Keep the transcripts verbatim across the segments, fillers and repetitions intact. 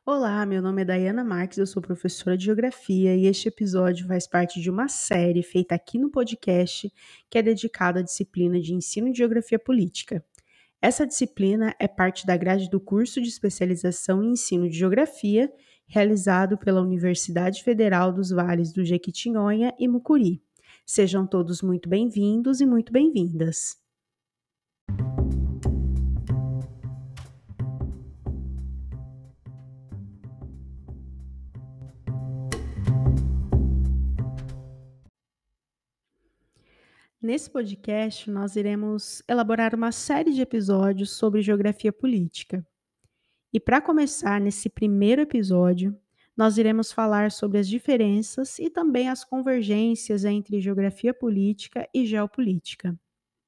Olá, meu nome é Daiana Marques, eu sou professora de Geografia e este episódio faz parte de uma série feita aqui no podcast que é dedicada à disciplina de Ensino de Geografia Política. Essa disciplina é parte da grade do curso de especialização em Ensino de Geografia, realizado pela Universidade Federal dos Vales do Jequitinhonha e Mucuri. Sejam todos muito bem-vindos e muito bem-vindas. Nesse podcast, nós iremos elaborar uma série de episódios sobre geografia política. E para começar, nesse primeiro episódio, nós iremos falar sobre as diferenças e também as convergências entre geografia política e geopolítica.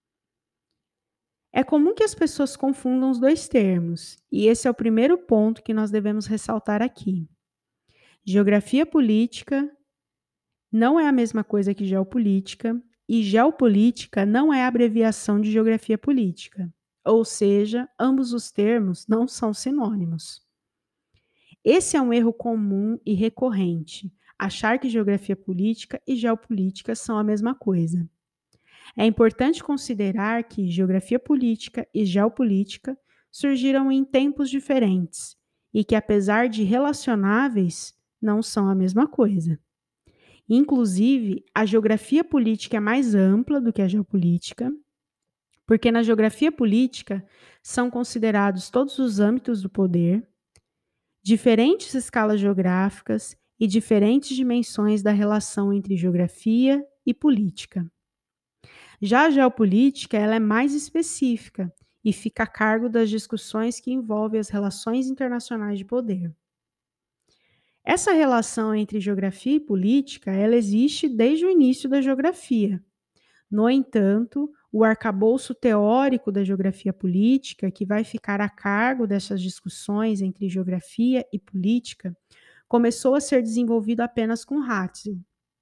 É comum que as pessoas confundam os dois termos, e esse é o primeiro ponto que nós devemos ressaltar aqui. Geografia política não é a mesma coisa que geopolítica, e geopolítica não é a abreviação de geografia política, ou seja, ambos os termos não são sinônimos. Esse é um erro comum e recorrente, achar que geografia política e geopolítica são a mesma coisa. É importante considerar que geografia política e geopolítica surgiram em tempos diferentes e que, apesar de relacionáveis, não são a mesma coisa. Inclusive, a geografia política é mais ampla do que a geopolítica, porque na geografia política são considerados todos os âmbitos do poder, diferentes escalas geográficas e diferentes dimensões da relação entre geografia e política. Já a geopolítica, ela é mais específica e fica a cargo das discussões que envolvem as relações internacionais de poder. Essa relação entre geografia e política, ela existe desde o início da geografia. No entanto, o arcabouço teórico da geografia política, que vai ficar a cargo dessas discussões entre geografia e política, começou a ser desenvolvido apenas com Hatzel.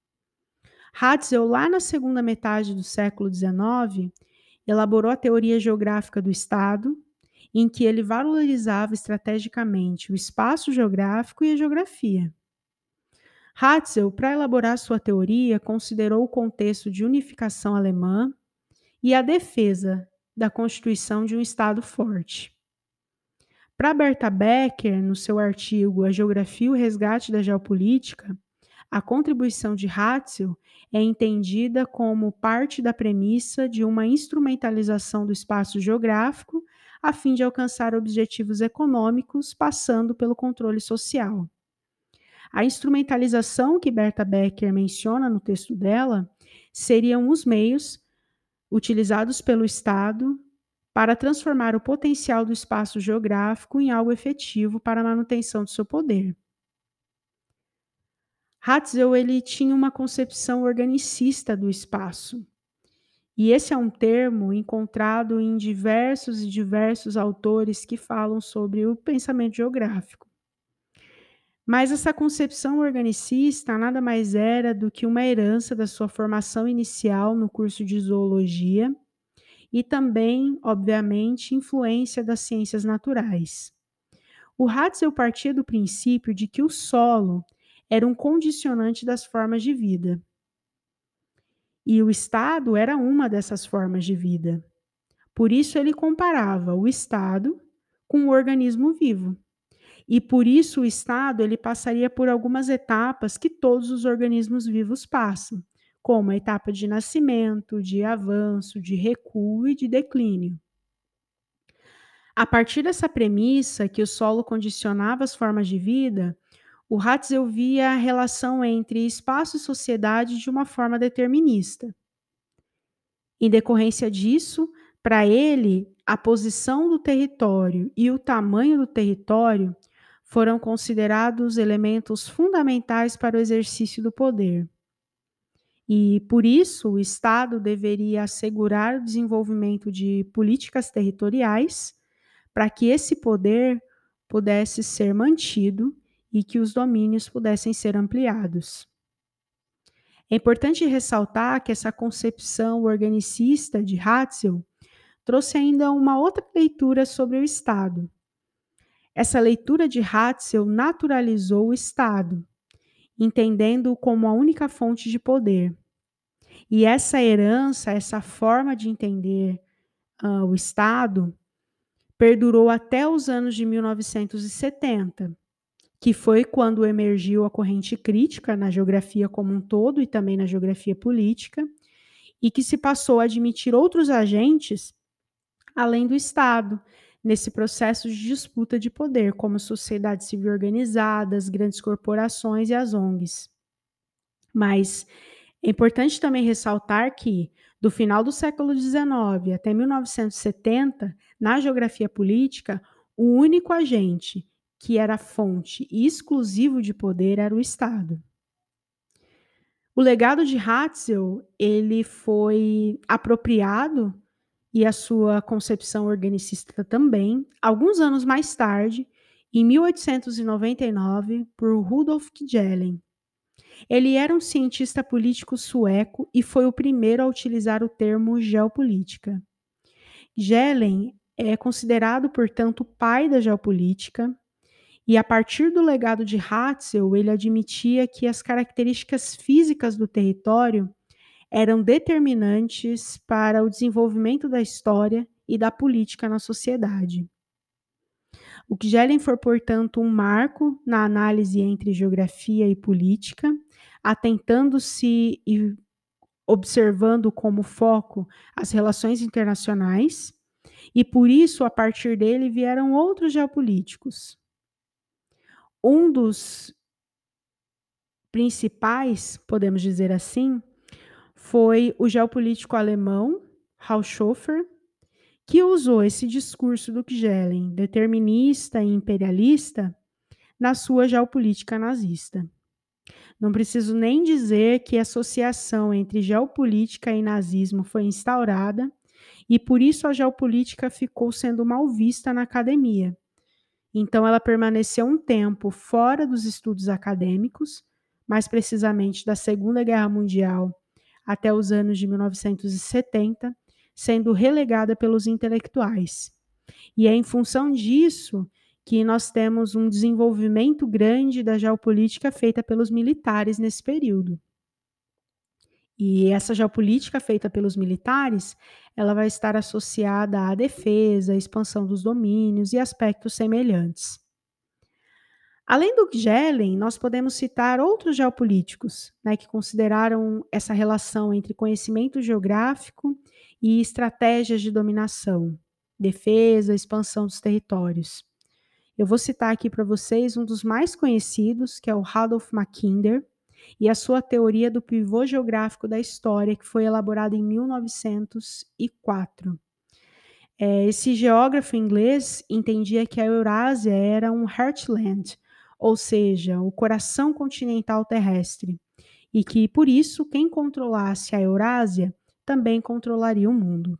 Hatzel, lá na segunda metade do século dezenove, elaborou a teoria geográfica do Estado, em que ele valorizava estrategicamente o espaço geográfico e a geografia. Hatzel, para elaborar sua teoria, considerou o contexto de unificação alemã e a defesa da constituição de um Estado forte. Para Berta Becker, no seu artigo A Geografia e o Resgate da Geopolítica, a contribuição de Hatzel é entendida como parte da premissa de uma instrumentalização do espaço geográfico a fim de alcançar objetivos econômicos, passando pelo controle social. A instrumentalização que Berta Becker menciona no texto dela seriam os meios utilizados pelo Estado para transformar o potencial do espaço geográfico em algo efetivo para a manutenção do seu poder. Hatzel, ele tinha uma concepção organicista do espaço. E esse é um termo encontrado em diversos e diversos autores que falam sobre o pensamento geográfico. Mas essa concepção organicista nada mais era do que uma herança da sua formação inicial no curso de zoologia e também, obviamente, influência das ciências naturais. O Hatzel partia do princípio de que o solo era um condicionante das formas de vida. E o Estado era uma dessas formas de vida. Por isso ele comparava o Estado com o organismo vivo. E por isso o Estado ele passaria por algumas etapas que todos os organismos vivos passam, como a etapa de nascimento, de avanço, de recuo e de declínio. A partir dessa premissa que o solo condicionava as formas de vida, o Hatzel via a relação entre espaço e sociedade de uma forma determinista. Em decorrência disso, para ele, a posição do território e o tamanho do território foram considerados elementos fundamentais para o exercício do poder. E, por isso, o Estado deveria assegurar o desenvolvimento de políticas territoriais para que esse poder pudesse ser mantido e que os domínios pudessem ser ampliados. É importante ressaltar que essa concepção organicista de Hatzel trouxe ainda uma outra leitura sobre o Estado. Essa leitura de Hatzel naturalizou o Estado, entendendo-o como a única fonte de poder. E essa herança, essa forma de entender uh, o Estado, perdurou até os anos de mil novecentos e setenta, que foi quando emergiu a corrente crítica na geografia como um todo e também na geografia política, e que se passou a admitir outros agentes além do Estado, nesse processo de disputa de poder, como sociedade civil organizada, as grandes corporações e as O N Gs. Mas é importante também ressaltar que, do final do século dezenove até mil novecentos e setenta, na geografia política, o único agente que era fonte e exclusivo de poder era o Estado. O legado de Hatzel, ele foi apropriado, e a sua concepção organicista também, alguns anos mais tarde, em mil oitocentos e noventa e nove, por Rudolf Gehlen. Ele era um cientista político sueco e foi o primeiro a utilizar o termo geopolítica. Gehlen é considerado, portanto, o pai da geopolítica, e a partir do legado de Hatzel, ele admitia que as características físicas do território eram determinantes para o desenvolvimento da história e da política na sociedade. O Gehlen foi, portanto, um marco na análise entre geografia e política, atentando-se e observando como foco as relações internacionais, e por isso, a partir dele, vieram outros geopolíticos. Um dos principais, podemos dizer assim, foi o geopolítico alemão Haushofer, que usou esse discurso do Gehlen, determinista e imperialista, na sua geopolítica nazista. Não preciso nem dizer que a associação entre geopolítica e nazismo foi instaurada, e por isso a geopolítica ficou sendo mal vista na academia. Então ela permaneceu um tempo fora dos estudos acadêmicos, mais precisamente da Segunda Guerra Mundial até os anos de mil novecentos e setenta, sendo relegada pelos intelectuais. E é em função disso que nós temos um desenvolvimento grande da geopolítica feita pelos militares nesse período. E essa geopolítica feita pelos militares, ela vai estar associada à defesa, à expansão dos domínios e aspectos semelhantes. Além do Gehlen, nós podemos citar outros geopolíticos, né, que consideraram essa relação entre conhecimento geográfico e estratégias de dominação, defesa, expansão dos territórios. Eu vou citar aqui para vocês um dos mais conhecidos, que é o Rudolf Mackinder, e a sua teoria do pivô geográfico da história, que foi elaborada em mil novecentos e quatro. É, esse geógrafo inglês entendia que a Eurásia era um heartland, ou seja, o coração continental terrestre, e que, por isso, quem controlasse a Eurásia também controlaria o mundo.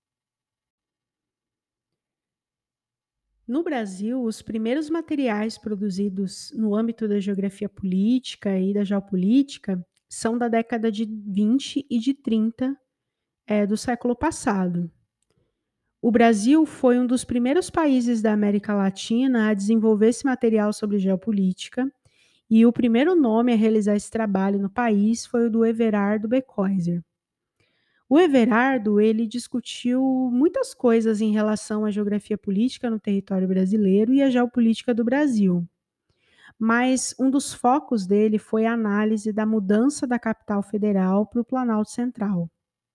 No Brasil, os primeiros materiais produzidos no âmbito da geografia política e da geopolítica são da década de vinte e de trinta é, do século passado. O Brasil foi um dos primeiros países da América Latina a desenvolver esse material sobre geopolítica, e o primeiro nome a realizar esse trabalho no país foi o do Everardo Becoyser. O Everardo, ele discutiu muitas coisas em relação à geografia política no território brasileiro e à geopolítica do Brasil. Mas um dos focos dele foi a análise da mudança da capital federal para o Planalto Central.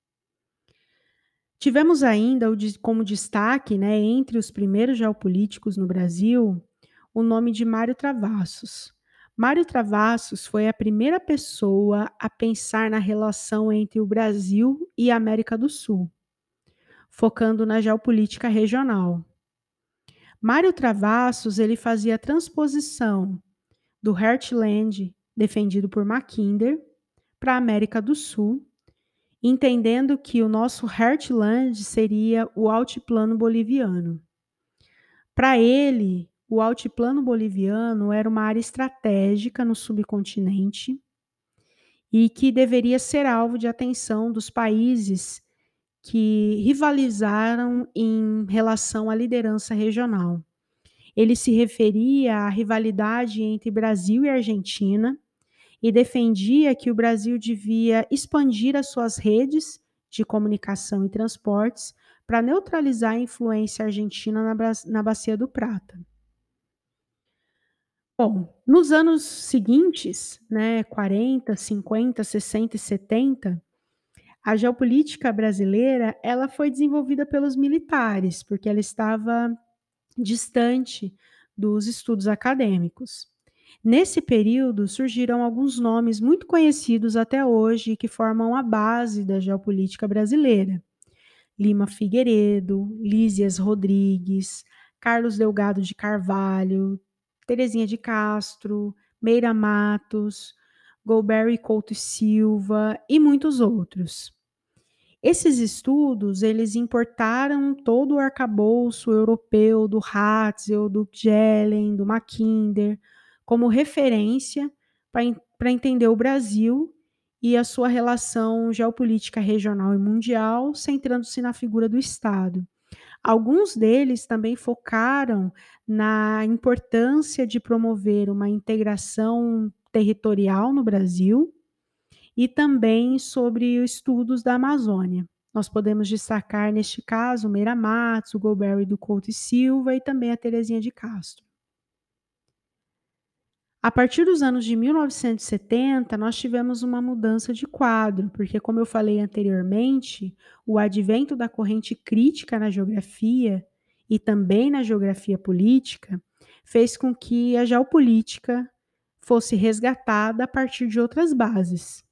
Tivemos ainda como destaque, né, entre os primeiros geopolíticos no Brasil, o nome de Mário Travassos. Mário Travassos foi a primeira pessoa a pensar na relação entre o Brasil e a América do Sul, focando na geopolítica regional. Mário Travassos, ele fazia a transposição do Heartland, defendido por Mackinder, para a América do Sul, entendendo que o nosso Heartland seria o altiplano boliviano. Para ele, o altiplano boliviano era uma área estratégica no subcontinente e que deveria ser alvo de atenção dos países que rivalizaram em relação à liderança regional. Ele se referia à rivalidade entre Brasil e Argentina e defendia que o Brasil devia expandir as suas redes de comunicação e transportes para neutralizar a influência argentina na, Bra- na Bacia do Prata. Bom, nos anos seguintes, né, quarenta, cinquenta, sessenta e setenta, a geopolítica brasileira ela foi desenvolvida pelos militares, porque ela estava distante dos estudos acadêmicos. Nesse período, surgiram alguns nomes muito conhecidos até hoje que formam a base da geopolítica brasileira. Lima Figueiredo, Lísias Rodrigues, Carlos Delgado de Carvalho, Terezinha de Castro, Meira Matos, Golbery Couto e Silva e muitos outros. Esses estudos, eles importaram todo o arcabouço europeu do Hatzel, do Gehlen, do Mackinder, como referência para entender o Brasil e a sua relação geopolítica regional e mundial, centrando-se na figura do Estado. Alguns deles também focaram na importância de promover uma integração territorial no Brasil, e também sobre estudos da Amazônia. Nós podemos destacar, neste caso, o Meira Matos, o Golbery do Couto e Silva e também a Terezinha de Castro. A partir dos anos de mil novecentos e setenta, nós tivemos uma mudança de quadro, porque, como eu falei anteriormente, o advento da corrente crítica na geografia e também na geografia política fez com que a geopolítica fosse resgatada a partir de outras bases.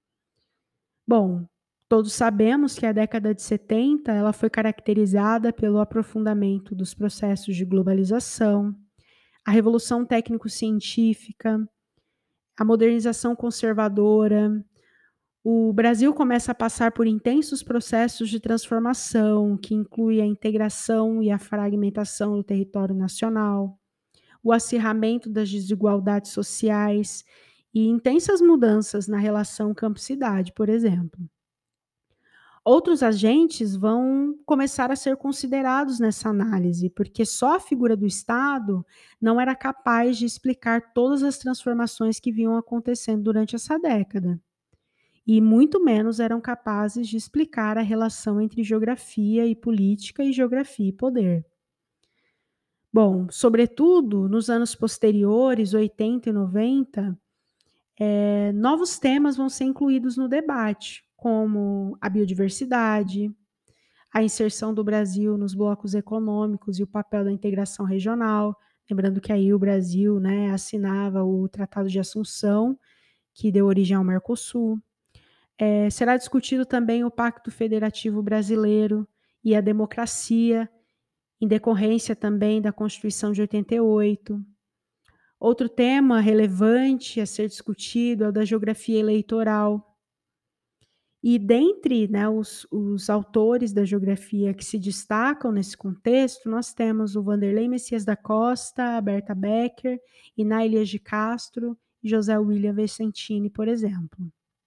Bom, todos sabemos que a década de setenta ela foi caracterizada pelo aprofundamento dos processos de globalização, a revolução técnico-científica, a modernização conservadora. O Brasil começa a passar por intensos processos de transformação, que inclui a integração e a fragmentação do território nacional, o acirramento das desigualdades sociais e intensas mudanças na relação campo-cidade, por exemplo. Outros agentes vão começar a ser considerados nessa análise, porque só a figura do Estado não era capaz de explicar todas as transformações que vinham acontecendo durante essa década. E muito menos eram capazes de explicar a relação entre geografia e política e geografia e poder. Bom, sobretudo nos anos posteriores, oitenta e noventa, é, novos temas vão ser incluídos no debate, como a biodiversidade, a inserção do Brasil nos blocos econômicos e o papel da integração regional. Lembrando que aí o Brasil, né, assinava o Tratado de Assunção, que deu origem ao Mercosul. É, será discutido também o Pacto Federativo Brasileiro e a democracia, em decorrência também da Constituição de oitenta e oito. Outro tema relevante a ser discutido é o da geografia eleitoral. E dentre, né, os, os autores da geografia que se destacam nesse contexto, nós temos o Vanderlei Messias da Costa, a Berta Becker, Iná Elias de Castro e José William Vicentini, por exemplo.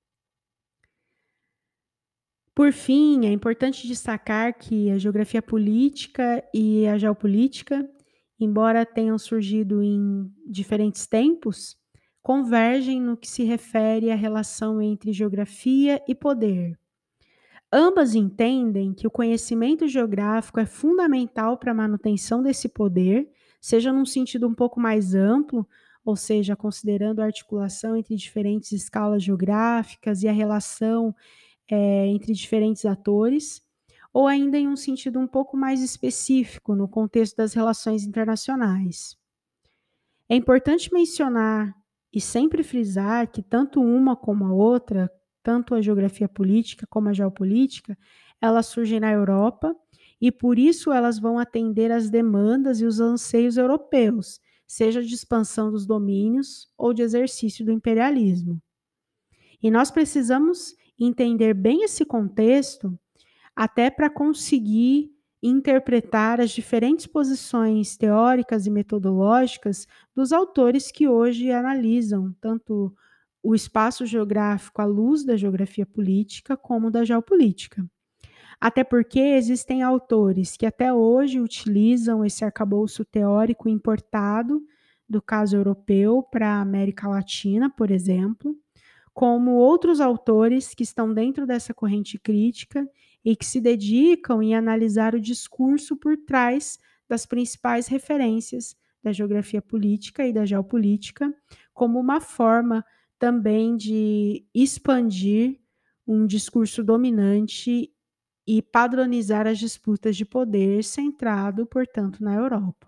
Por fim, é importante destacar que a geografia política e a geopolítica, embora tenham surgido em diferentes tempos, convergem no que se refere à relação entre geografia e poder. Ambas entendem que o conhecimento geográfico é fundamental para a manutenção desse poder, seja num sentido um pouco mais amplo, ou seja, considerando a articulação entre diferentes escalas geográficas e a relação é, entre diferentes atores, ou ainda em um sentido um pouco mais específico, no contexto das relações internacionais. É importante mencionar e sempre frisar que tanto uma como a outra, tanto a geografia política como a geopolítica, elas surgem na Europa e por isso elas vão atender às demandas e os anseios europeus, seja de expansão dos domínios ou de exercício do imperialismo. E nós precisamos entender bem esse contexto até para conseguir interpretar as diferentes posições teóricas e metodológicas dos autores que hoje analisam tanto o espaço geográfico à luz da geografia política como da geopolítica. Até porque existem autores que até hoje utilizam esse arcabouço teórico importado do caso europeu para a América Latina, por exemplo, como outros autores que estão dentro dessa corrente crítica e que se dedicam em analisar o discurso por trás das principais referências da geografia política e da geopolítica, como uma forma também de expandir um discurso dominante e padronizar as disputas de poder centrado, portanto, na Europa.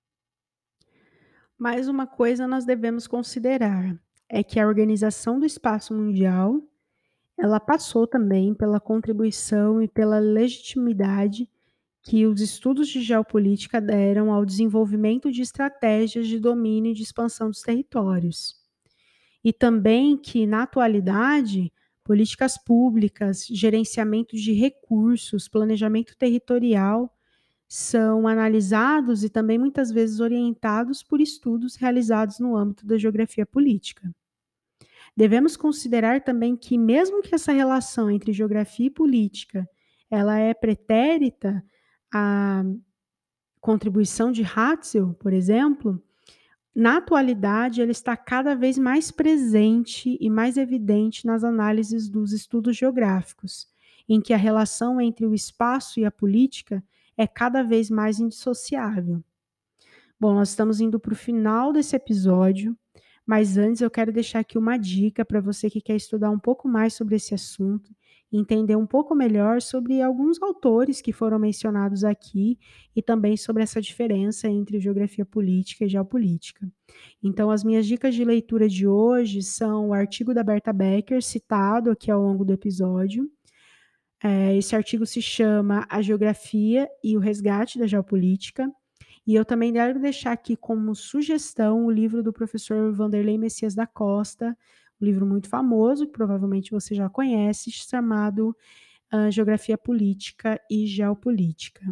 Mais uma coisa nós devemos considerar é que a organização do espaço mundial, ela passou também pela contribuição e pela legitimidade que os estudos de geopolítica deram ao desenvolvimento de estratégias de domínio e de expansão dos territórios. E também que, na atualidade, políticas públicas, gerenciamento de recursos, planejamento territorial são analisados e também muitas vezes orientados por estudos realizados no âmbito da geografia política. Devemos considerar também que, mesmo que essa relação entre geografia e política ela é pretérita à contribuição de Hatzel, por exemplo, na atualidade ela está cada vez mais presente e mais evidente nas análises dos estudos geográficos, em que a relação entre o espaço e a política é cada vez mais indissociável. Bom, nós estamos indo para o final desse episódio, mas antes eu quero deixar aqui uma dica para você que quer estudar um pouco mais sobre esse assunto, entender um pouco melhor sobre alguns autores que foram mencionados aqui e também sobre essa diferença entre geografia política e geopolítica. Então, as minhas dicas de leitura de hoje são o artigo da Berta Becker, citado aqui ao longo do episódio. É, esse artigo se chama A Geografia e o Resgate da Geopolítica. E eu também quero deixar aqui como sugestão o livro do professor Vanderlei Messias da Costa, um livro muito famoso, que provavelmente você já conhece, chamado uh, Geografia Política e Geopolítica.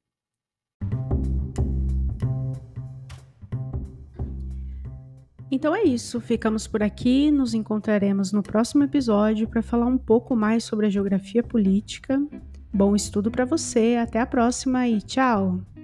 Então é isso, ficamos por aqui, nos encontraremos no próximo episódio para falar um pouco mais sobre a geografia política. Bom estudo para você, até a próxima e tchau!